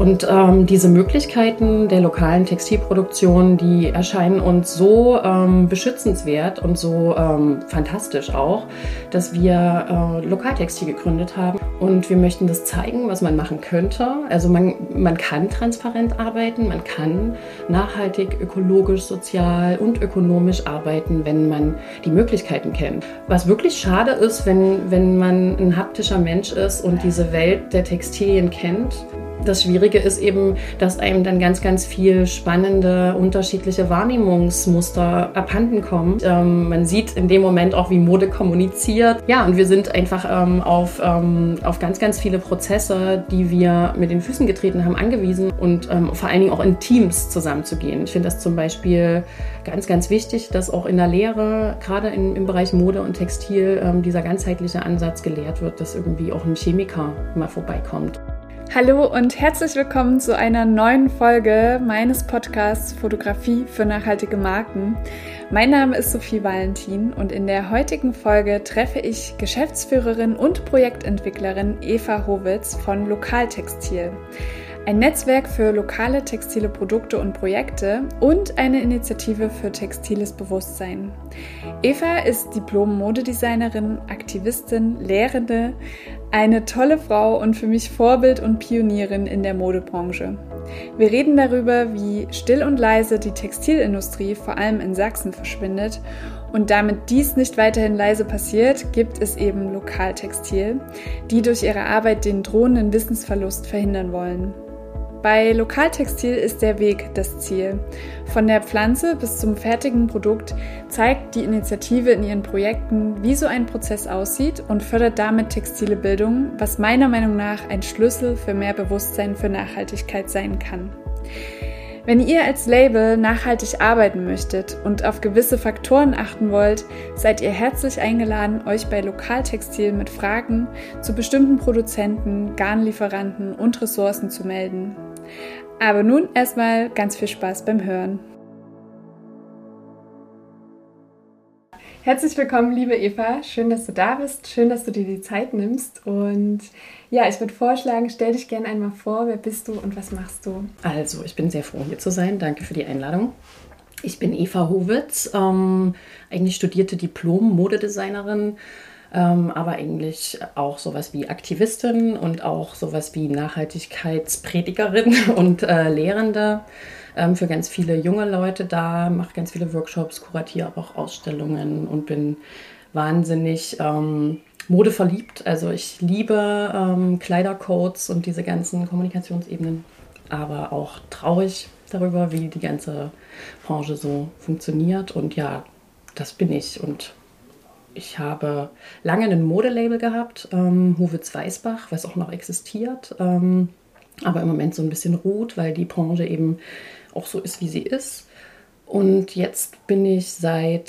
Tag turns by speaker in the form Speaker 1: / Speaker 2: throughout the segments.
Speaker 1: Und diese Möglichkeiten der lokalen Textilproduktion, die erscheinen uns so beschützenswert und so fantastisch auch, dass wir Lokaltextil gegründet haben. Und wir möchten das zeigen, was man machen könnte. Also man kann transparent arbeiten, man kann nachhaltig, ökologisch, sozial und ökonomisch arbeiten, wenn man die Möglichkeiten kennt. Was wirklich schade ist, wenn man ein haptischer Mensch ist und diese Welt der Textilien kennt. Das Schwierige ist eben, dass einem dann ganz, ganz viel spannende, unterschiedliche Wahrnehmungsmuster abhanden kommen. Man sieht in dem Moment auch, wie Mode kommuniziert. Ja, und wir sind einfach auf ganz, ganz viele Prozesse, die wir mit den Füßen getreten haben, angewiesen und vor allen Dingen auch in Teams zusammenzugehen. Ich finde das zum Beispiel ganz, ganz wichtig, dass auch in der Lehre, gerade im Bereich Mode und Textil, dieser ganzheitliche Ansatz gelehrt wird, dass irgendwie auch ein Chemiker mal vorbeikommt.
Speaker 2: Hallo und herzlich willkommen zu einer neuen Folge meines Podcasts Fotografie für nachhaltige Marken. Mein Name ist Sophie Valentin und in der heutigen Folge treffe ich Geschäftsführerin und Projektentwicklerin Eva Howitz von Lokaltextil. Ein Netzwerk für lokale textile Produkte und Projekte und eine Initiative für textiles Bewusstsein. Eva ist Diplom-Modedesignerin, Aktivistin, Lehrende, eine tolle Frau und für mich Vorbild und Pionierin in der Modebranche. Wir reden darüber, wie still und leise die Textilindustrie vor allem in Sachsen verschwindet. Und damit dies nicht weiterhin leise passiert, gibt es eben Lokaltextil, die durch ihre Arbeit den drohenden Wissensverlust verhindern wollen. Bei Lokaltextil ist der Weg das Ziel. Von der Pflanze bis zum fertigen Produkt zeigt die Initiative in ihren Projekten, wie so ein Prozess aussieht und fördert damit textile Bildung, was meiner Meinung nach ein Schlüssel für mehr Bewusstsein für Nachhaltigkeit sein kann. Wenn ihr als Label nachhaltig arbeiten möchtet und auf gewisse Faktoren achten wollt, seid ihr herzlich eingeladen, euch bei Lokaltextil mit Fragen zu bestimmten Produzenten, Garnlieferanten und Ressourcen zu melden. Aber nun erstmal ganz viel Spaß beim Hören. Herzlich willkommen, liebe Eva. Schön, dass du da bist. Schön, dass du dir die Zeit nimmst. Und ja, ich würde vorschlagen, stell dich gerne einmal vor. Wer bist du und was machst du?
Speaker 1: Also, ich bin sehr froh, hier zu sein. Danke für die Einladung. Ich bin Eva Howitz, eigentlich studierte Diplom-Modedesignerin, aber eigentlich auch sowas wie Aktivistin und auch sowas wie Nachhaltigkeitspredigerin und Lehrende. Für ganz viele junge Leute da, mache ganz viele Workshops, kuratiere aber auch Ausstellungen und bin wahnsinnig modeverliebt. Also ich liebe Kleidercodes und diese ganzen Kommunikationsebenen, aber auch traurig darüber, wie die ganze Branche so funktioniert. Und ja, das bin ich. Und ich habe lange ein Modelabel gehabt, Howitz Weißbach, was auch noch existiert, aber im Moment so ein bisschen ruht, weil die Branche eben auch so ist, wie sie ist. Und jetzt bin ich seit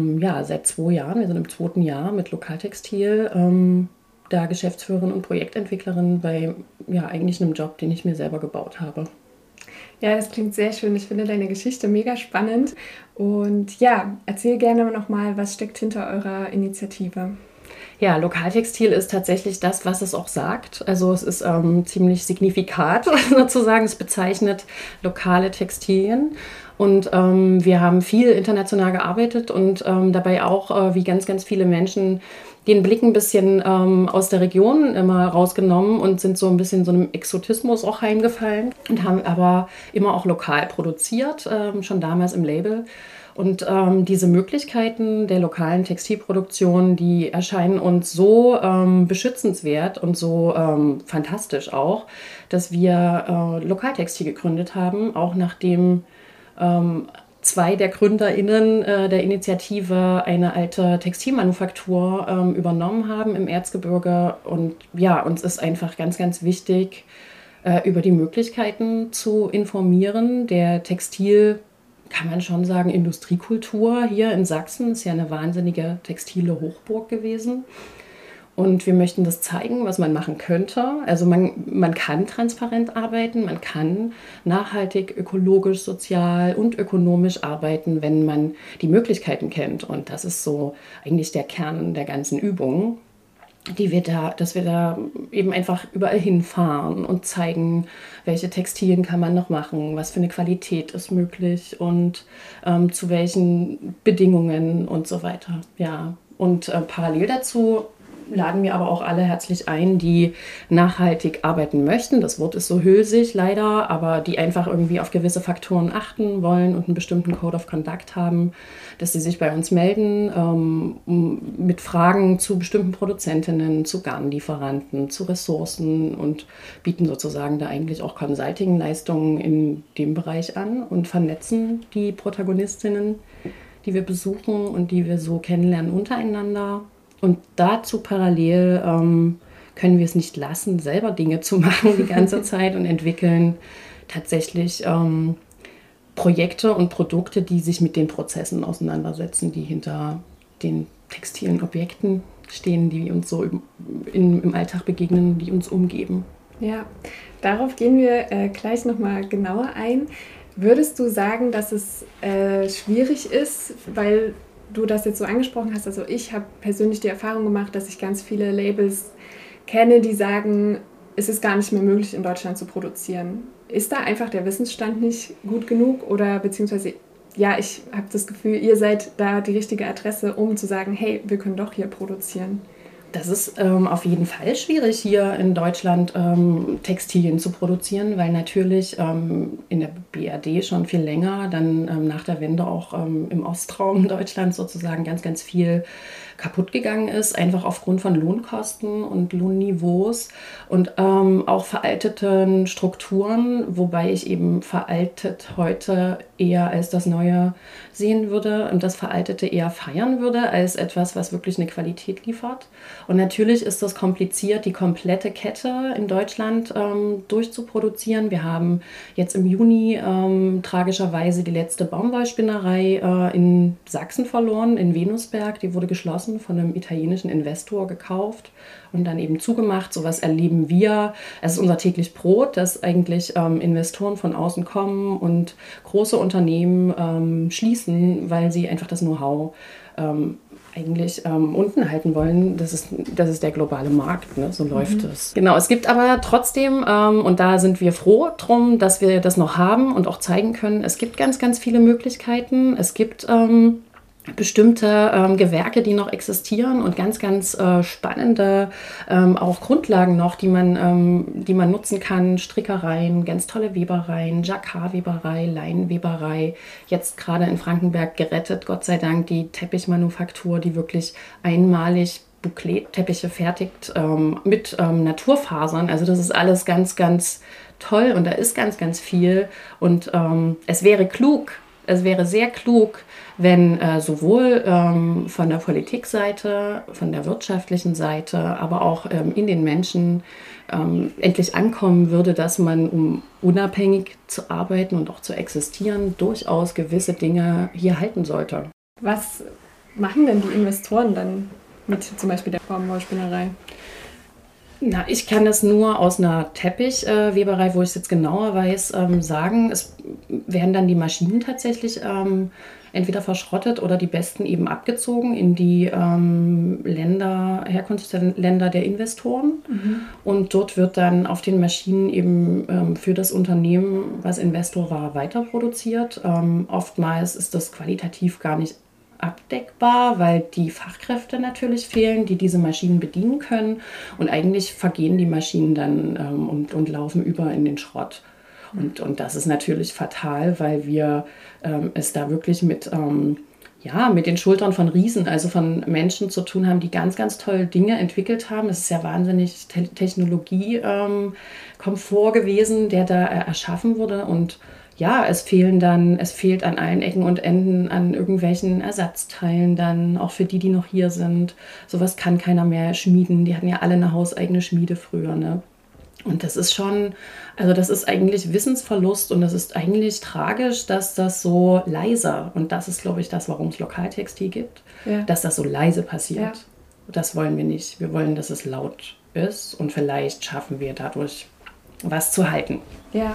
Speaker 1: 2 Jahren, wir sind im 2. Jahr mit Lokaltextil, da Geschäftsführerin und Projektentwicklerin bei eigentlich einem Job, den ich mir selber gebaut habe.
Speaker 2: Ja, das klingt sehr schön. Ich finde deine Geschichte mega spannend. Und ja, erzähl gerne nochmal, was steckt hinter eurer Initiative?
Speaker 1: Ja, Lokaltextil ist tatsächlich das, was es auch sagt. Also es ist ziemlich signifikat sozusagen. Es bezeichnet lokale Textilien. Und wir haben viel international gearbeitet und dabei auch, wie ganz, ganz viele Menschen, den Blick ein bisschen aus der Region immer rausgenommen und sind so ein bisschen so einem Exotismus auch heimgefallen und haben aber immer auch lokal produziert, schon damals im Label. Und diese Möglichkeiten der lokalen Textilproduktion, die erscheinen uns so beschützenswert und so fantastisch auch, dass wir Lokaltextil gegründet haben, auch nachdem 2 der GründerInnen der Initiative eine alte Textilmanufaktur übernommen haben im Erzgebirge. Und ja, uns ist einfach ganz, ganz wichtig, über die Möglichkeiten zu informieren. Der Textil, kann man schon sagen, Industriekultur hier in Sachsen ist ja eine wahnsinnige textile Hochburg gewesen. Und wir möchten das zeigen, was man machen könnte. Also man kann transparent arbeiten, man kann nachhaltig, ökologisch, sozial und ökonomisch arbeiten, wenn man die Möglichkeiten kennt. Und das ist so eigentlich der Kern der ganzen Übung. dass wir da eben einfach überall hinfahren und zeigen, welche Textilien kann man noch machen, was für eine Qualität ist möglich und zu welchen Bedingungen und so weiter. Ja, und parallel dazu laden wir aber auch alle herzlich ein, die nachhaltig arbeiten möchten. Das Wort ist so hülsig leider, aber die einfach irgendwie auf gewisse Faktoren achten wollen und einen bestimmten Code of Conduct haben, dass sie sich bei uns melden mit Fragen zu bestimmten Produzentinnen, zu Garnlieferanten, zu Ressourcen und bieten sozusagen da eigentlich auch Consulting-Leistungen in dem Bereich an und vernetzen die Protagonistinnen, die wir besuchen und die wir so kennenlernen untereinander. Und dazu parallel können wir es nicht lassen, selber Dinge zu machen die ganze Zeit und entwickeln tatsächlich Projekte und Produkte, die sich mit den Prozessen auseinandersetzen, die hinter den textilen Objekten stehen, die uns so im Alltag begegnen, die uns umgeben.
Speaker 2: Ja, darauf gehen wir gleich nochmal genauer ein. Würdest du sagen, dass es schwierig ist, weil du das jetzt so angesprochen hast, also ich habe persönlich die Erfahrung gemacht, dass ich ganz viele Labels kenne, die sagen, es ist gar nicht mehr möglich, in Deutschland zu produzieren. Ist da einfach der Wissensstand nicht gut genug oder beziehungsweise, ja, ich habe das Gefühl, ihr seid da die richtige Adresse, um zu sagen, hey, wir können doch hier produzieren?
Speaker 1: Das ist auf jeden Fall schwierig, hier in Deutschland Textilien zu produzieren, weil natürlich in der BRD schon viel länger, dann nach der Wende auch im Ostraum Deutschlands sozusagen ganz, ganz viel kaputt gegangen ist, einfach aufgrund von Lohnkosten und Lohnniveaus und auch veralteten Strukturen, wobei ich eben veraltet heute eher als das Neue sehen würde und das Veraltete eher feiern würde als etwas, was wirklich eine Qualität liefert. Und natürlich ist das kompliziert, die komplette Kette in Deutschland durchzuproduzieren. Wir haben jetzt im Juni tragischerweise die letzte Baumwollspinnerei in Sachsen verloren, in Venusberg. Die wurde geschlossen, von einem italienischen Investor gekauft und dann eben zugemacht. Sowas erleben wir. Es ist unser täglich Brot, dass eigentlich Investoren von außen kommen und große Unternehmen schließen, weil sie einfach das Know-how eigentlich unten halten wollen. Das ist der globale Markt, ne? So läuft es. Genau, es gibt aber trotzdem, und da sind wir froh drum, dass wir das noch haben und auch zeigen können, es gibt ganz, ganz viele Möglichkeiten. Es gibt bestimmte Gewerke, die noch existieren und ganz, ganz spannende auch Grundlagen noch, die man nutzen kann. Strickereien, ganz tolle Webereien, Jacquard-Weberei, Leinenweberei. Jetzt gerade in Frankenberg gerettet, Gott sei Dank, die Teppichmanufaktur, die wirklich einmalig Bouclé-Teppiche fertigt mit Naturfasern. Also das ist alles ganz, ganz toll und da ist ganz, ganz viel. Und es wäre sehr klug, wenn sowohl von der Politikseite, von der wirtschaftlichen Seite, aber auch in den Menschen endlich ankommen würde, dass man, um unabhängig zu arbeiten und auch zu existieren, durchaus gewisse Dinge hier halten sollte.
Speaker 2: Was machen denn die Investoren dann mit zum Beispiel der Baumwollspinnerei?
Speaker 1: Na, ich kann es nur aus einer Teppichweberei, wo ich es jetzt genauer weiß, sagen. Es werden dann die Maschinen tatsächlich entweder verschrottet oder die besten eben abgezogen in die Herkunftsländer der Investoren. Und dort wird dann auf den Maschinen eben für das Unternehmen, was Investor war, weiter produziert. Oftmals ist das qualitativ gar nicht abdeckbar, weil die Fachkräfte natürlich fehlen, die diese Maschinen bedienen können. Und eigentlich vergehen die Maschinen dann und laufen über in den Schrott. Und das ist natürlich fatal, weil wir es da wirklich mit den Schultern von Riesen, also von Menschen zu tun haben, die ganz, ganz tolle Dinge entwickelt haben. Es ist ja wahnsinnig Technologie-Komfort gewesen, der da erschaffen wurde. Und ja, es fehlt an allen Ecken und Enden an irgendwelchen Ersatzteilen dann, auch für die noch hier sind. Sowas kann keiner mehr schmieden. Die hatten ja alle eine hauseigene Schmiede früher, ne? Und das ist das ist eigentlich Wissensverlust und das ist eigentlich tragisch, dass das so leise, und das ist, glaube ich, das, warum es Lokaltextil gibt, dass das so leise passiert. Ja. Das wollen wir nicht. Wir wollen, dass es laut ist und vielleicht schaffen wir dadurch was zu halten.
Speaker 2: Ja.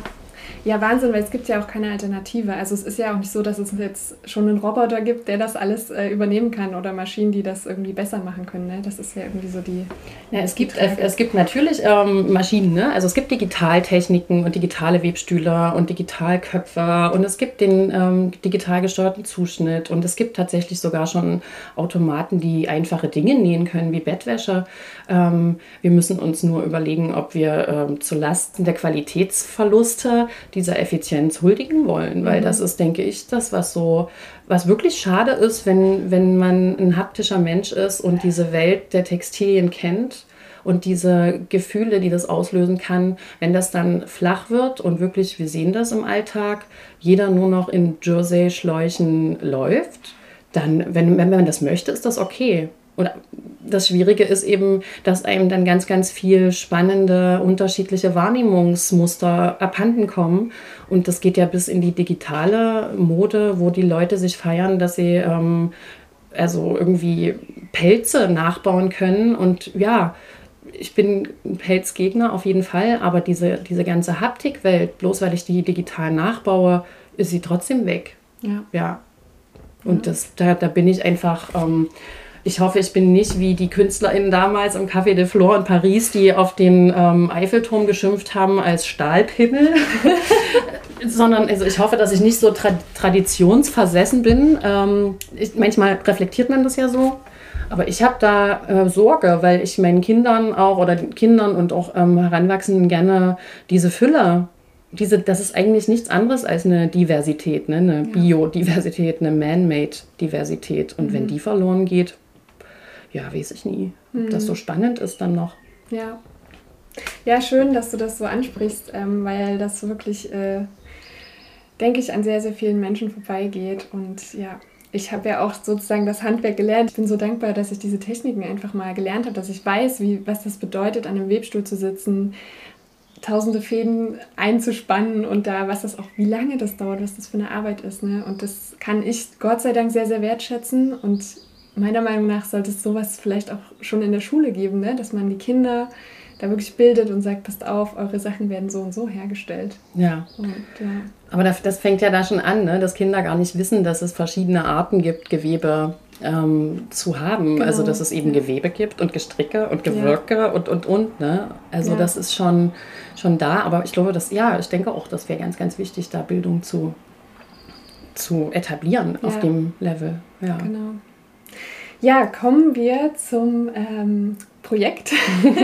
Speaker 2: Ja, Wahnsinn, weil es gibt ja auch keine Alternative. Also es ist ja auch nicht so, dass es jetzt schon einen Roboter gibt, der das alles übernehmen kann oder Maschinen, die das irgendwie besser machen können. Ne? Das ist ja irgendwie so die...
Speaker 1: Ja, es gibt natürlich Maschinen, ne? Also es gibt Digitaltechniken und digitale Webstühle und Digitalköpfe und es gibt den digital gesteuerten Zuschnitt und es gibt tatsächlich sogar schon Automaten, die einfache Dinge nähen können, wie Bettwäsche. Wir müssen uns nur überlegen, ob wir zu Lasten der Qualitätsverluste dieser Effizienz huldigen wollen, weil das ist, denke ich, das, was wirklich schade ist, wenn man ein haptischer Mensch ist und diese Welt der Textilien kennt und diese Gefühle, die das auslösen kann, wenn das dann flach wird und wirklich, wir sehen das im Alltag, jeder nur noch in Jersey-Schläuchen läuft, dann, wenn man das möchte, ist das okay. Oder das Schwierige ist eben, dass einem dann ganz, ganz viel spannende, unterschiedliche Wahrnehmungsmuster abhanden kommen. Und das geht ja bis in die digitale Mode, wo die Leute sich feiern, dass sie also irgendwie Pelze nachbauen können. Und ja, ich bin ein Pelzgegner auf jeden Fall, aber diese ganze Haptikwelt, bloß weil ich die digital nachbaue, ist sie trotzdem weg. Ja. Und da bin ich einfach... ich hoffe, ich bin nicht wie die KünstlerInnen damals im Café de Flore in Paris, die auf den Eiffelturm geschimpft haben als Stahlpimmel. Sondern also ich hoffe, dass ich nicht so traditionsversessen bin. Manchmal reflektiert man das ja so. Aber ich habe da Sorge, weil ich meinen Kindern auch oder den Kindern und auch Heranwachsenden gerne diese Fülle, das ist eigentlich nichts anderes als eine Diversität, ne? Eine Biodiversität, eine Man-Made-Diversität. Und wenn die verloren geht, ja, weiß ich nie, ob das so spannend ist dann noch.
Speaker 2: Ja. Ja, schön, dass du das so ansprichst, weil das wirklich, denke ich, an sehr, sehr vielen Menschen vorbeigeht. Und ja, ich habe ja auch sozusagen das Handwerk gelernt. Ich bin so dankbar, dass ich diese Techniken einfach mal gelernt habe, dass ich weiß, was das bedeutet, an einem Webstuhl zu sitzen, tausende Fäden einzuspannen und wie lange das dauert, was das für eine Arbeit ist. Ne? Und das kann ich Gott sei Dank sehr, sehr wertschätzen. Und meiner Meinung nach sollte es sowas vielleicht auch schon in der Schule geben, ne? Dass man die Kinder da wirklich bildet und sagt, passt auf, eure Sachen werden so und so hergestellt.
Speaker 1: Ja. Aber das fängt ja da schon an, ne? Dass Kinder gar nicht wissen, dass es verschiedene Arten gibt, Gewebe zu haben. Genau. Also dass es eben Gewebe gibt und Gestricke und Gewirke und. Ne? Also das ist schon da. Aber ich glaube, ich denke auch, das wäre ganz, ganz wichtig, da Bildung zu etablieren auf dem Level. Ja.
Speaker 2: Genau. Ja, kommen wir zum Projekt.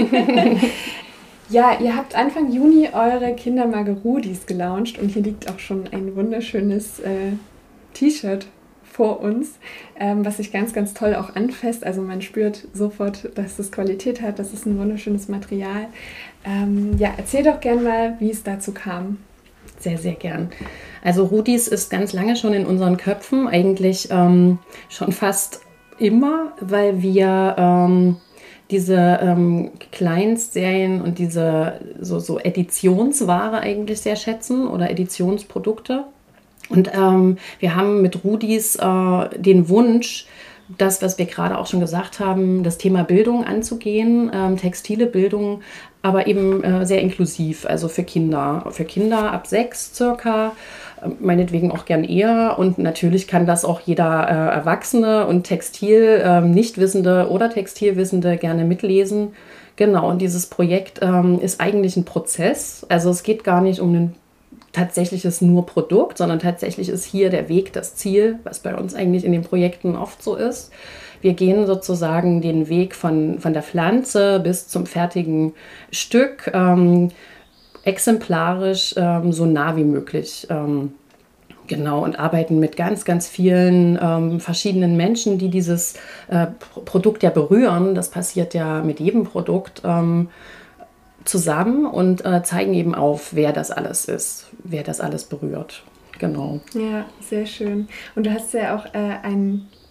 Speaker 2: Ja, ihr habt Anfang Juni eure Kindermarke-Rudis gelauncht und hier liegt auch schon ein wunderschönes T-Shirt vor uns, was sich ganz, ganz toll auch anfasst. Also man spürt sofort, dass es Qualität hat, das ist ein wunderschönes Material. Erzähl doch gern mal, wie es dazu kam.
Speaker 1: Sehr, sehr gern. Also Rudis ist ganz lange schon in unseren Köpfen, eigentlich schon fast immer, weil wir diese Kleinstserien und diese so Editionsware eigentlich sehr schätzen oder Editionsprodukte. Und wir haben mit Rudis den Wunsch, das, was wir gerade auch schon gesagt haben, das Thema Bildung anzugehen, textile Bildung, aber eben sehr inklusiv, also für Kinder ab 6 circa, meinetwegen auch gern eher und natürlich kann das auch jeder Erwachsene und Textil-Nichtwissende oder Textilwissende gerne mitlesen. Genau, und dieses Projekt ist eigentlich ein Prozess, also es geht gar nicht um ein tatsächliches nur Produkt, sondern tatsächlich ist hier der Weg das Ziel, was bei uns eigentlich in den Projekten oft so ist. Wir gehen sozusagen den Weg von der Pflanze bis zum fertigen Stück, exemplarisch so nah wie möglich. Genau, und arbeiten mit ganz, ganz vielen verschiedenen Menschen, die dieses Produkt ja berühren. Das passiert ja mit jedem Produkt zusammen und zeigen eben auf, wer das alles ist, wer das alles berührt. Genau.
Speaker 2: Ja, sehr schön. Und du hast ja auch ein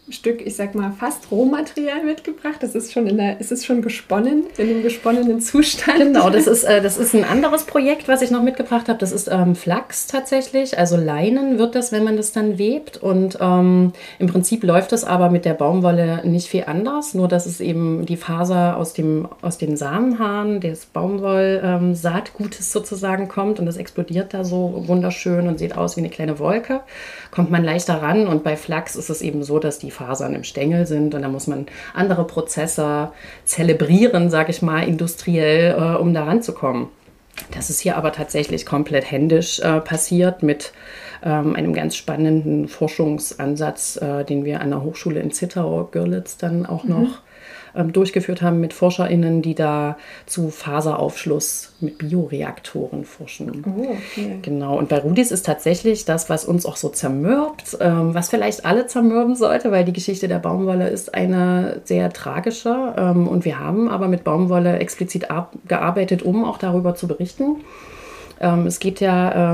Speaker 2: Stück, ich sag mal, fast Rohmaterial mitgebracht. Es ist schon gesponnen, in einem gesponnenen Zustand.
Speaker 1: Genau, das ist ein anderes Projekt, was ich noch mitgebracht habe. Das ist Flachs tatsächlich. Also Leinen wird das, wenn man das dann webt. Und im Prinzip läuft es aber mit der Baumwolle nicht viel anders. Nur, dass es eben die Faser aus den Samenhaaren des Baumwollsaatgutes sozusagen kommt. Und das explodiert da so wunderschön und sieht aus wie eine kleine Wolke. Kommt man leichter ran. Und bei Flachs ist es eben so, dass die Fasern im Stängel sind und da muss man andere Prozesse zelebrieren, sage ich mal, industriell, um da ranzukommen. Das ist hier aber tatsächlich komplett händisch passiert mit einem ganz spannenden Forschungsansatz, den wir an der Hochschule in Zittau, Görlitz, dann auch noch durchgeführt haben mit ForscherInnen, die da zu Faseraufschluss mit Bioreaktoren forschen.
Speaker 2: Oh, okay.
Speaker 1: Genau, und bei Rudis ist tatsächlich das, was uns auch so zermürbt, was vielleicht alle zermürben sollte, weil die Geschichte der Baumwolle ist eine sehr tragische. Und wir haben aber mit Baumwolle explizit gearbeitet, um auch darüber zu berichten. Es geht ja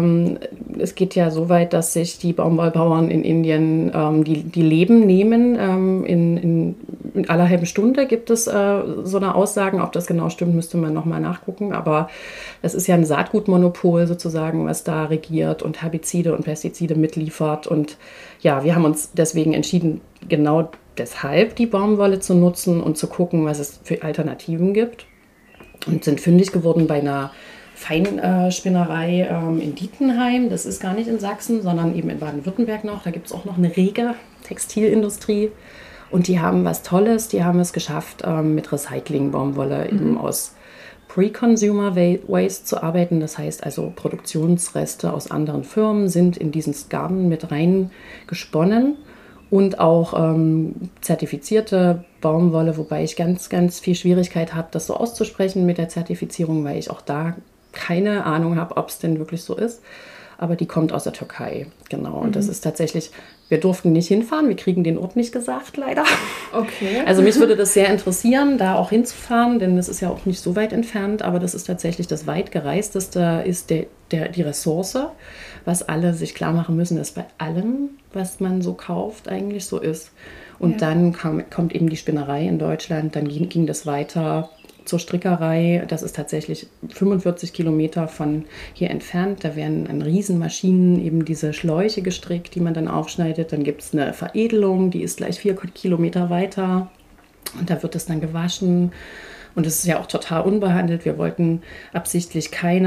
Speaker 1: so weit, dass sich die Baumwollbauern in Indien die Leben nehmen. In aller halben Stunde gibt es so eine Aussagen. Ob das genau stimmt, müsste man nochmal nachgucken. Aber das ist ja ein Saatgutmonopol sozusagen, was da regiert und Herbizide und Pestizide mitliefert. Und ja, wir haben uns deswegen entschieden, genau deshalb die Baumwolle zu nutzen und zu gucken, was es für Alternativen gibt. Und sind fündig geworden bei einer Feinspinnerei in Dietenheim. Das ist gar nicht in Sachsen, sondern eben in Baden-Württemberg noch. Da gibt es auch noch eine rege Textilindustrie. Und die haben was Tolles. Die haben es geschafft, mit Recycling-Baumwolle eben aus Pre-Consumer Waste zu arbeiten. Das heißt also, Produktionsreste aus anderen Firmen sind in diesen Garn mit rein gesponnen. Und auch zertifizierte Baumwolle, wobei ich ganz, ganz viel Schwierigkeit habe, das so auszusprechen mit der Zertifizierung, weil ich auch da keine Ahnung habe, ob es denn wirklich so ist. Aber die kommt aus der Türkei, genau. Und das ist tatsächlich, wir durften nicht hinfahren, wir kriegen den Ort nicht gesagt, leider.
Speaker 2: Okay.
Speaker 1: Also mich würde das sehr interessieren, da auch hinzufahren, denn das ist ja auch nicht so weit entfernt, aber das ist tatsächlich das weit gereisteste, ist die Ressource, was alle sich klar machen müssen, dass bei allem, was man so kauft, eigentlich so ist. Und dann kommt eben die Spinnerei in Deutschland, dann ging das weiter zur Strickerei. Das ist tatsächlich 45 Kilometer von hier entfernt. Da werden an Riesenmaschinen eben diese Schläuche gestrickt, die man dann aufschneidet. Dann gibt es eine Veredelung, die ist gleich 4 Kilometer weiter. Und da wird es dann gewaschen. Und es ist ja auch total unbehandelt. Wir wollten absichtlich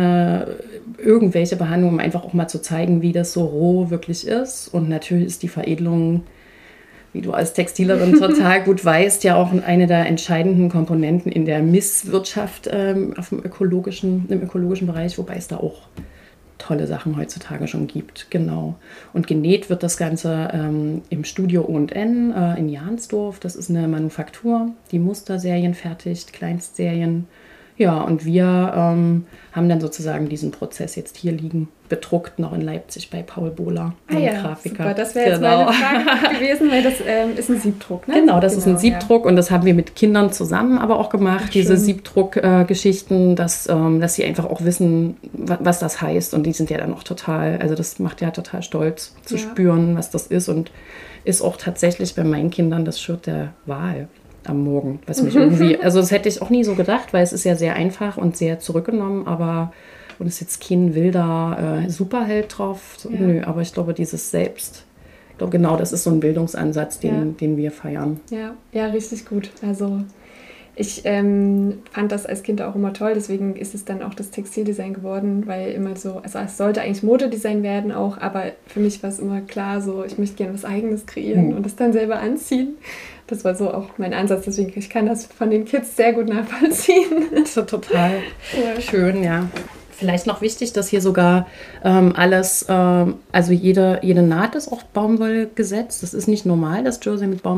Speaker 1: irgendwelche Behandlung, um einfach auch mal zu zeigen, wie das so roh wirklich ist. Und natürlich ist die Veredelung, wie du als Textilerin total gut weißt, ja auch eine der entscheidenden Komponenten in der Misswirtschaft im ökologischen Bereich, wobei es da auch tolle Sachen heutzutage schon gibt. Genau. Und genäht wird das Ganze im Studio O&N in Jahnsdorf. Das ist eine Manufaktur, die Musterserien fertigt, Kleinstserien. Ja, und wir haben dann sozusagen diesen Prozess jetzt hier liegen, bedruckt noch in Leipzig bei Paul Bohler, einem Grafiker.
Speaker 2: Super. Das wäre jetzt meine Frage gewesen, weil das ist ein Siebdruck, ne?
Speaker 1: Genau, das ist ein Siebdruck und das haben wir mit Kindern zusammen aber auch gemacht,
Speaker 2: Ach,
Speaker 1: diese Siebdruck-Geschichten, dass sie einfach auch wissen, was das heißt. Und die sind ja dann auch total, also das macht ja total stolz zu spüren, was das ist und ist auch tatsächlich bei meinen Kindern das Shirt der Wahl am Morgen, was mich irgendwie, also das hätte ich auch nie so gedacht, weil es ist ja sehr einfach und sehr zurückgenommen, aber und es ist jetzt kein wilder Superheld drauf, so, nö, aber ich glaube, dieses Selbst, ich glaube genau, das ist so ein Bildungsansatz, den wir feiern.
Speaker 2: Ja, richtig gut, also ich fand das als Kind auch immer toll, deswegen ist es dann auch das Textildesign geworden, weil immer so, also es sollte eigentlich Modedesign werden auch, aber für mich war es immer klar, so ich möchte gerne was Eigenes kreieren und das dann selber anziehen. Das war so auch mein Ansatz, deswegen ich kann das von den Kids sehr gut nachvollziehen.
Speaker 1: Das ist total schön, ja. Vielleicht noch wichtig, dass hier sogar alles, also jede Naht ist auch Baumwolle gesetzt. Das ist nicht normal, dass Jersey mit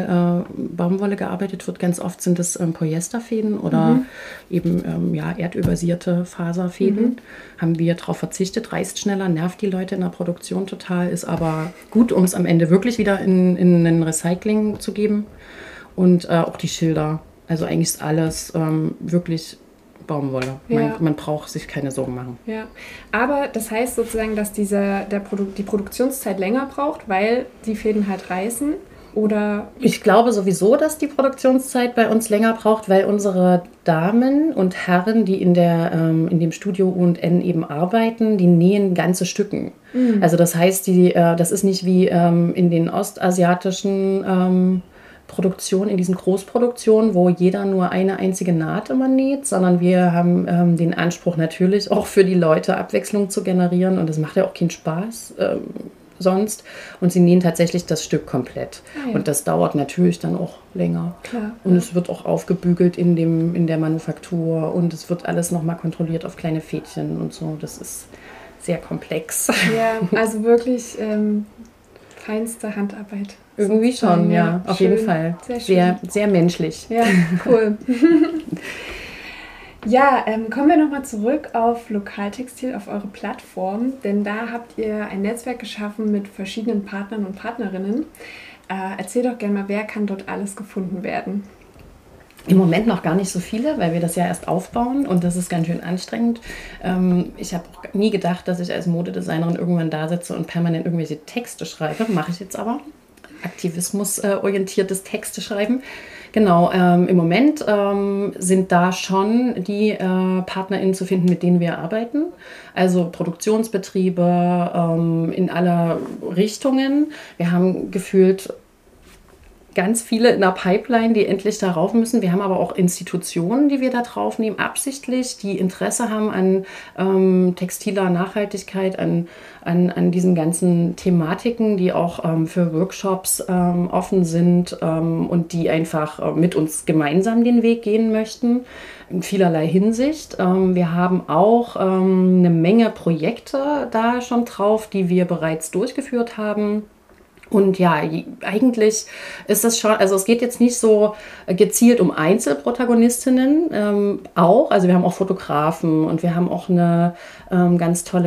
Speaker 1: Baumwolle gearbeitet wird. Ganz oft sind es Polyesterfäden oder eben erdölbasierte Faserfäden. Haben wir darauf verzichtet, reißt schneller, nervt die Leute in der Produktion total, ist aber gut, um es am Ende wirklich wieder in ein Recycling zu geben. Und auch die Schilder, also eigentlich ist alles wirklich Baumwolle. Man braucht sich keine Sorgen machen.
Speaker 2: Ja, aber das heißt sozusagen, dass die Produktionszeit länger braucht, weil die Fäden halt reißen Oder?
Speaker 1: Ich glaube sowieso, dass die Produktionszeit bei uns länger braucht, weil unsere Damen und Herren, die in dem Studio U&N eben arbeiten, die nähen ganze Stücken. Also das heißt, das ist nicht wie in den ostasiatischen Produktionen, in diesen Großproduktionen, wo jeder nur eine einzige Naht immer näht, sondern wir haben den Anspruch natürlich auch für die Leute Abwechslung zu generieren und das macht ja auch keinen Spaß. Sonst. Und sie nähen tatsächlich das Stück komplett. Ja. Und das dauert natürlich dann auch länger.
Speaker 2: Klar.
Speaker 1: Und es wird auch aufgebügelt in der Manufaktur und es wird alles nochmal kontrolliert auf kleine Fädchen und so. Das ist sehr komplex.
Speaker 2: Ja, also wirklich feinste Handarbeit.
Speaker 1: Irgendwie schon, ja, auf jeden Fall. Sehr, sehr menschlich.
Speaker 2: Ja, cool. Ja, kommen wir nochmal zurück auf Lokaltextil, auf eure Plattform, denn da habt ihr ein Netzwerk geschaffen mit verschiedenen Partnern und Partnerinnen. Erzähl doch gerne mal, wer kann dort alles gefunden werden?
Speaker 1: Im Moment noch gar nicht so viele, weil wir das ja erst aufbauen und das ist ganz schön anstrengend. Ich habe auch nie gedacht, dass ich als Modedesignerin irgendwann da sitze und permanent irgendwelche Texte schreibe. Mache ich jetzt aber. Aktivismusorientiertes Texte schreiben. Genau, im Moment sind da schon die PartnerInnen zu finden, mit denen wir arbeiten. Also Produktionsbetriebe in aller Richtungen. Wir haben gefühlt ganz viele in der Pipeline, die endlich da rauf müssen. Wir haben aber auch Institutionen, die wir da drauf nehmen, absichtlich, die Interesse haben an textiler Nachhaltigkeit, an diesen ganzen Thematiken, die auch für Workshops offen sind und die einfach mit uns gemeinsam den Weg gehen möchten, in vielerlei Hinsicht. Wir haben auch eine Menge Projekte da schon drauf, die wir bereits durchgeführt haben. Und ja, eigentlich ist das schon, also es geht jetzt nicht so gezielt um Einzelprotagonistinnen auch. Also wir haben auch Fotografen und wir haben auch eine ganz tolle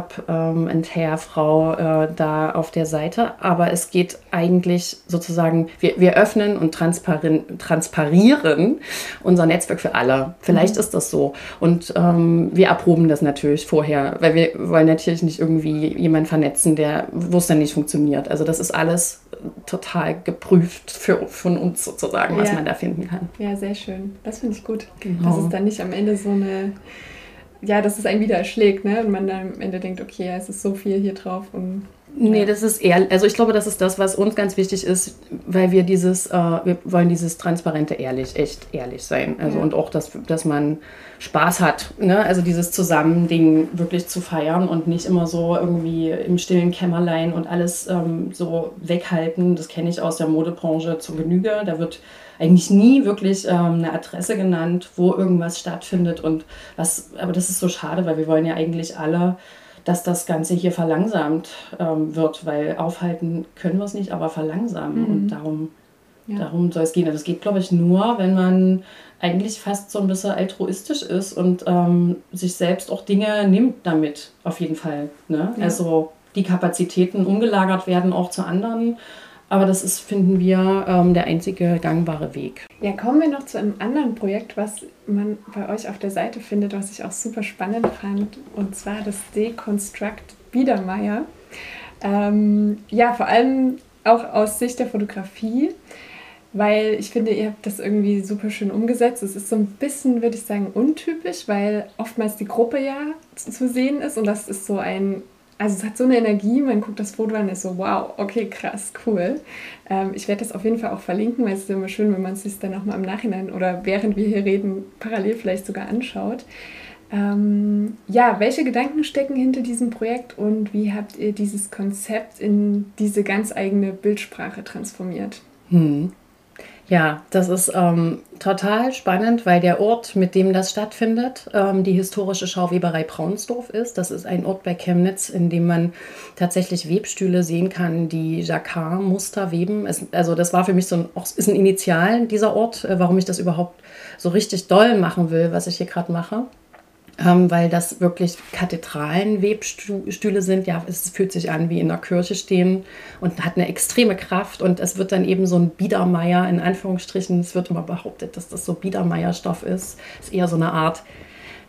Speaker 1: Make-up-and-Hair-Frau da auf der Seite. Aber es geht eigentlich sozusagen, wir öffnen und transparieren unser Netzwerk für alle. Vielleicht ist das so. Und wir erproben das natürlich vorher, weil wir wollen natürlich nicht irgendwie jemanden vernetzen, wo es dann nicht funktioniert. Also das ist alles total geprüft von uns sozusagen, was man da finden kann.
Speaker 2: Ja, sehr schön. Das finde ich gut. Genau. Dass es dann nicht am Ende so eine, ja, dass es einen wieder erschlägt, ne? Und man dann am Ende denkt, okay, ja, es ist so viel hier drauf und
Speaker 1: nee, das ist eher, also ich glaube, das ist das, was uns ganz wichtig ist, weil wir wir wollen dieses transparente echt ehrlich sein. Also und auch, dass man Spaß hat, ne? Also dieses Zusammending wirklich zu feiern und nicht immer so irgendwie im stillen Kämmerlein und alles so weghalten. Das kenne ich aus der Modebranche zur Genüge. Da wird eigentlich nie wirklich eine Adresse genannt, wo irgendwas stattfindet aber das ist so schade, weil wir wollen ja eigentlich alle, dass das Ganze hier verlangsamt wird, weil aufhalten können wir es nicht, aber verlangsamen und darum soll es gehen. Das geht, glaube ich, nur, wenn man eigentlich fast so ein bisschen altruistisch ist und sich selbst auch Dinge nimmt damit, auf jeden Fall. Ne? Ja. Also die Kapazitäten umgelagert werden auch zu anderen. Aber das ist, finden wir, der einzige gangbare Weg.
Speaker 2: Ja, kommen wir noch zu einem anderen Projekt, was man bei euch auf der Seite findet, was ich auch super spannend fand. Und zwar das Deconstruct Biedermeier. Ja, vor allem auch aus Sicht der Fotografie, weil ich finde, ihr habt das irgendwie super schön umgesetzt. Es ist so ein bisschen, würde ich sagen, untypisch, weil oftmals die Gruppe ja zu sehen ist und das ist so also es hat so eine Energie, man guckt das Foto an und ist so, wow, okay, krass, cool. Ich werde das auf jeden Fall auch verlinken, weil es ist immer schön, wenn man es sich dann nochmal im Nachhinein oder während wir hier reden, parallel vielleicht sogar anschaut. Ja, welche Gedanken stecken hinter diesem Projekt und wie habt ihr dieses Konzept in diese ganz eigene Bildsprache transformiert?
Speaker 1: Ja, das ist total spannend, weil der Ort, mit dem das stattfindet, die historische Schauweberei Braunsdorf ist. Das ist ein Ort bei Chemnitz, in dem man tatsächlich Webstühle sehen kann, die Jacquard-Muster weben. Also das war für mich ist ein Initial, dieser Ort, warum ich das überhaupt so richtig doll machen will, was ich hier gerade mache. Weil das wirklich Kathedralenwebstühle sind. Ja, es fühlt sich an wie in der Kirche stehen und hat eine extreme Kraft. Und es wird dann eben so ein Biedermeier, in Anführungsstrichen, es wird immer behauptet, dass das so Biedermeierstoff ist. Es ist eher so eine Art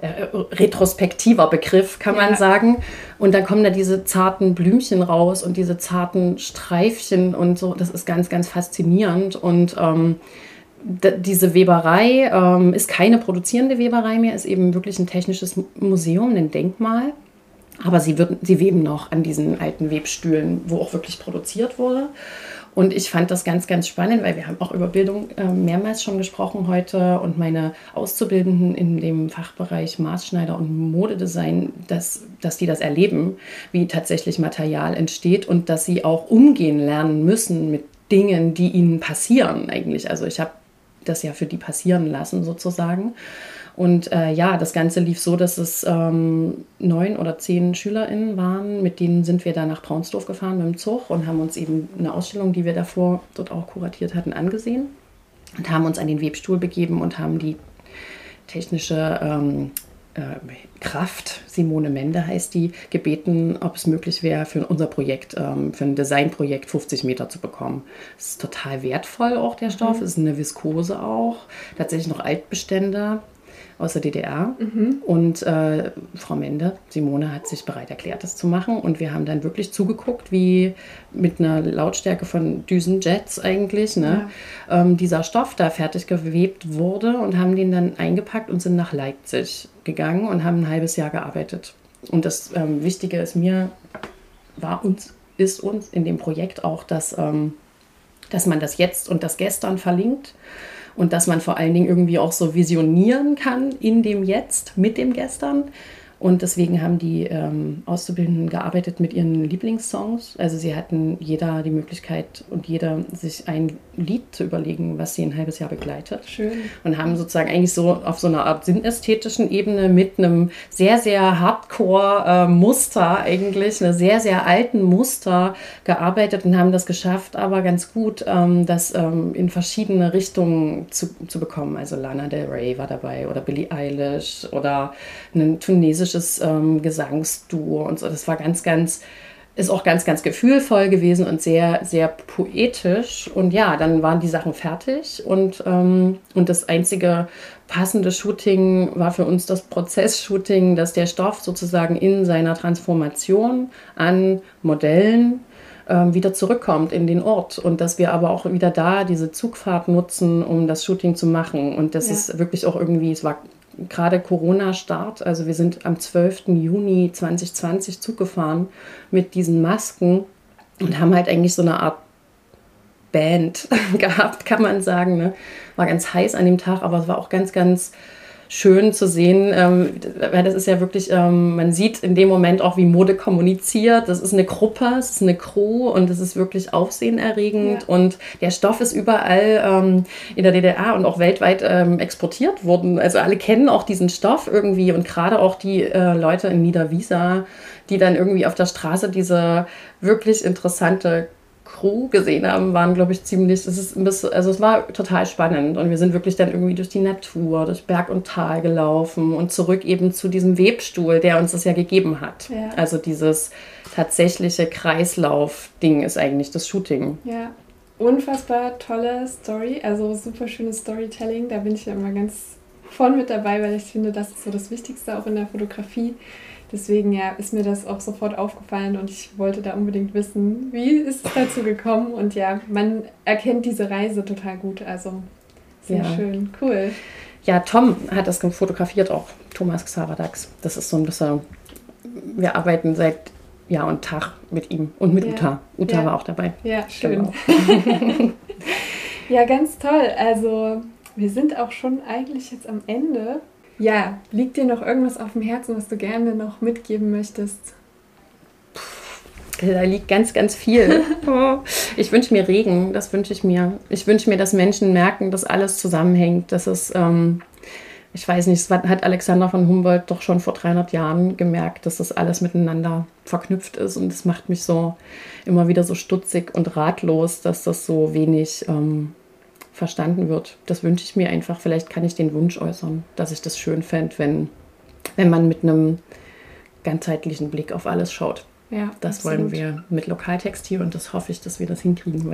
Speaker 1: retrospektiver Begriff, kann man sagen. Und dann kommen da diese zarten Blümchen raus und diese zarten Streifchen und so. Das ist ganz, ganz faszinierend. Und diese Weberei ist keine produzierende Weberei mehr, ist eben wirklich ein technisches Museum, ein Denkmal. Aber sie weben noch an diesen alten Webstühlen, wo auch wirklich produziert wurde. Und ich fand das ganz, ganz spannend, weil wir haben auch über Bildung mehrmals schon gesprochen heute und meine Auszubildenden in dem Fachbereich Maßschneider und Modedesign, dass die das erleben, wie tatsächlich Material entsteht und dass sie auch umgehen lernen müssen mit Dingen, die ihnen passieren eigentlich. Also ich habe das ja für die passieren lassen sozusagen. Und das Ganze lief so, dass es 9 oder 10 SchülerInnen waren, mit denen sind wir dann nach Braunsdorf gefahren mit dem Zug und haben uns eben eine Ausstellung, die wir davor dort auch kuratiert hatten, angesehen und haben uns an den Webstuhl begeben und haben die technische Kraft, Simone Mende heißt die, gebeten, ob es möglich wäre für unser Projekt, für ein Designprojekt 50 Meter zu bekommen. Das ist total wertvoll auch, der Stoff, es ist eine Viskose auch, tatsächlich noch Altbestände aus der DDR. Und Frau Mende, Simone, hat sich bereit erklärt, das zu machen. Und wir haben dann wirklich zugeguckt, wie mit einer Lautstärke von Düsenjets eigentlich dieser Stoff da fertig gewebt wurde und haben den dann eingepackt und sind nach Leipzig gegangen und haben ein halbes Jahr gearbeitet. Und das Wichtige ist uns in dem Projekt auch, dass man das Jetzt und das Gestern verlinkt. Und dass man vor allen Dingen irgendwie auch so visionieren kann in dem Jetzt, mit dem Gestern. Und deswegen haben die Auszubildenden gearbeitet mit ihren Lieblingssongs. Also sie hatten jeder die Möglichkeit und jeder sich ein Lied zu überlegen, was sie ein halbes Jahr begleitet.
Speaker 2: Schön.
Speaker 1: Und haben sozusagen eigentlich so auf so einer Art sinnästhetischen Ebene mit einem sehr, sehr Hardcore-Muster eigentlich, einer sehr, sehr alten Muster gearbeitet und haben das geschafft, aber ganz gut, das in verschiedene Richtungen zu bekommen. Also Lana Del Rey war dabei oder Billie Eilish oder ein tunesisches Gesangsduo und so. Das war ist auch ganz, ganz gefühlvoll gewesen und sehr, sehr poetisch. Und ja, dann waren die Sachen fertig und das einzige passende Shooting war für uns das Prozess-Shooting, dass der Stoff sozusagen in seiner Transformation an Modellen wieder zurückkommt in den Ort und dass wir aber auch wieder da diese Zugfahrt nutzen, um das Shooting zu machen. Und das ist wirklich auch irgendwie, es war gerade Corona-Start, also wir sind am 12. Juni 2020 Zug gefahren mit diesen Masken und haben halt eigentlich so eine Art Band gehabt, kann man sagen. Ne? War ganz heiß an dem Tag, aber es war auch ganz, ganz schön zu sehen, weil das ist ja wirklich, man sieht in dem Moment auch, wie Mode kommuniziert. Das ist eine Gruppe, es ist eine Crew und es ist wirklich aufsehenerregend. Ja. Und der Stoff ist überall in der DDR und auch weltweit exportiert worden. Also alle kennen auch diesen Stoff irgendwie und gerade auch die Leute in Niederwiesa, die dann irgendwie auf der Straße diese wirklich interessante Crew gesehen haben, waren, glaube ich, ziemlich, es war total spannend und wir sind wirklich dann irgendwie durch die Natur, durch Berg und Tal gelaufen und zurück eben zu diesem Webstuhl, der uns das ja gegeben hat. Ja. Also dieses tatsächliche Kreislauf-Ding ist eigentlich das Shooting.
Speaker 2: Ja, unfassbar tolle Story, also super schönes Storytelling, da bin ich ja immer ganz vorn mit dabei, weil ich finde, das ist so das Wichtigste auch in der Fotografie. Deswegen ist mir das auch sofort aufgefallen und ich wollte da unbedingt wissen, wie ist es dazu gekommen. Und ja, man erkennt diese Reise total gut, also sehr schön, cool.
Speaker 1: Ja, Tom hat das fotografiert auch, Thomas Xavadax. Das ist so ein bisschen, wir arbeiten seit Jahr und Tag mit ihm und mit Uta. Uta war auch dabei.
Speaker 2: Ja, schön. Genau. Ja, ganz toll. Also wir sind auch schon eigentlich jetzt am Ende. Ja, liegt dir noch irgendwas auf dem Herzen, was du gerne noch mitgeben möchtest?
Speaker 1: Da liegt ganz, ganz viel. Ich wünsche mir Regen, das wünsche ich mir. Ich wünsche mir, dass Menschen merken, dass alles zusammenhängt. Dass es, ich weiß nicht, das hat Alexander von Humboldt doch schon vor 300 Jahren gemerkt, dass das alles miteinander verknüpft ist. Und das macht mich so immer wieder so stutzig und ratlos, dass das so wenig verstanden wird. Das wünsche ich mir einfach. Vielleicht kann ich den Wunsch äußern, dass ich das schön fände, wenn man mit einem ganzheitlichen Blick auf alles schaut. Ja, das absolut. Wollen wir mit Lokaltextil und das hoffe ich, dass wir das hinkriegen weiter.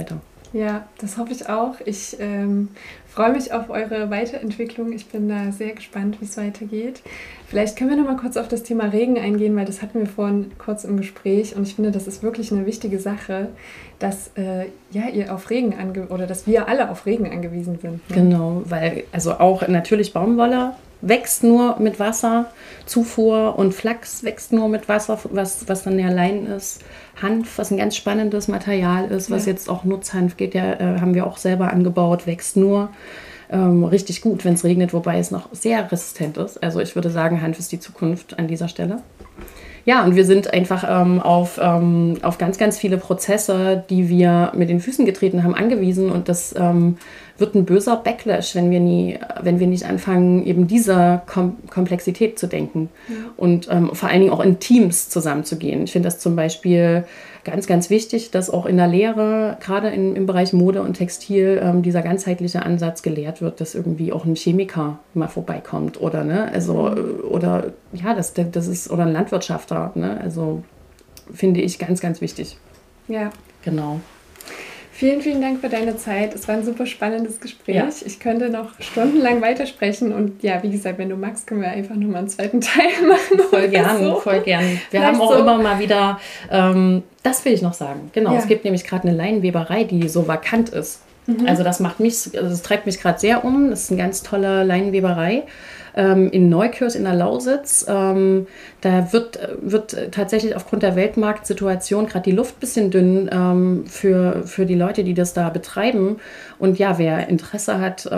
Speaker 2: Ja, das hoffe ich auch. Ich freue mich auf eure Weiterentwicklung. Ich bin da sehr gespannt, wie es weitergeht. Vielleicht können wir noch mal kurz auf das Thema Regen eingehen, weil das hatten wir vorhin kurz im Gespräch und ich finde, das ist wirklich eine wichtige Sache, dass ihr auf Regen oder dass wir alle auf Regen angewiesen sind. Ne?
Speaker 1: Genau, weil also auch natürlich Baumwolle wächst nur mit Wasserzufuhr und Flachs wächst nur mit Wasser, was dann ja Lein ist. Hanf, was ein ganz spannendes Material ist, was jetzt auch Nutzhanf geht, haben wir auch selber angebaut, wächst nur richtig gut, wenn es regnet, wobei es noch sehr resistent ist. Also ich würde sagen, Hanf ist die Zukunft an dieser Stelle. Ja, und wir sind einfach auf ganz, ganz viele Prozesse, die wir mit den Füßen getreten haben, angewiesen. Und das wird ein böser Backlash, wenn wir nicht anfangen, eben dieser Komplexität zu denken. Ja. Und vor allen Dingen auch in Teams zusammenzugehen. Ich finde das zum Beispiel ganz, ganz wichtig, dass auch in der Lehre, gerade im Bereich Mode und Textil, dieser ganzheitliche Ansatz gelehrt wird, dass irgendwie auch ein Chemiker mal vorbeikommt oder oder ein Landwirtschafter, ne? Also finde ich ganz, ganz wichtig.
Speaker 2: Ja.
Speaker 1: Genau.
Speaker 2: Vielen, vielen Dank für deine Zeit. Es war ein super spannendes Gespräch. Ja. Ich könnte noch stundenlang weitersprechen und ja, wie gesagt, wenn du magst, können wir einfach nochmal einen zweiten Teil machen.
Speaker 1: Voll gern, voll gern. Wir haben auch immer mal wieder, das will ich noch sagen, genau, es gibt nämlich gerade eine Leinenweberei, die so vakant ist. Also das treibt mich gerade sehr um. Das ist eine ganz tolle Leinenweberei in Neukirch in der Lausitz. Da wird tatsächlich aufgrund der Weltmarktsituation gerade die Luft ein bisschen dünn für die Leute, die das da betreiben. Und ja, wer Interesse hat,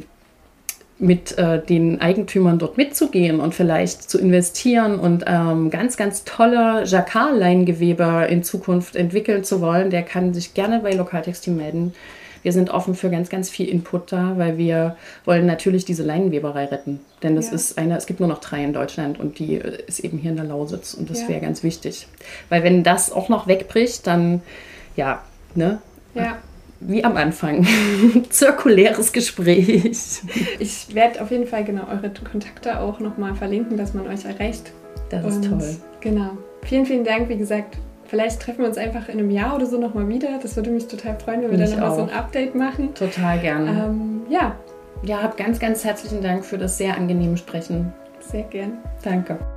Speaker 1: mit den Eigentümern dort mitzugehen und vielleicht zu investieren und ganz, ganz tolle Jacquard-Leingewebe in Zukunft entwickeln zu wollen, der kann sich gerne bei Lokaltextil melden. Wir sind offen für ganz, ganz viel Input da, weil wir wollen natürlich diese Leinenweberei retten. Denn das ist es gibt nur noch 3 in Deutschland und die ist eben hier in der Lausitz und das wäre ganz wichtig. Weil wenn das auch noch wegbricht, dann, wie am Anfang, zirkuläres Gespräch.
Speaker 2: Ich werde auf jeden Fall eure Kontakte auch nochmal verlinken, dass man euch erreicht.
Speaker 1: Das ist toll.
Speaker 2: Genau. Vielen, vielen Dank, wie gesagt. Vielleicht treffen wir uns einfach in einem Jahr oder so nochmal wieder. Das würde mich total freuen, wenn wir dann nochmal so ein Update machen.
Speaker 1: Total gerne.
Speaker 2: Ja,
Speaker 1: habt ganz, ganz herzlichen Dank für das sehr angenehme Sprechen.
Speaker 2: Sehr gern.
Speaker 1: Danke.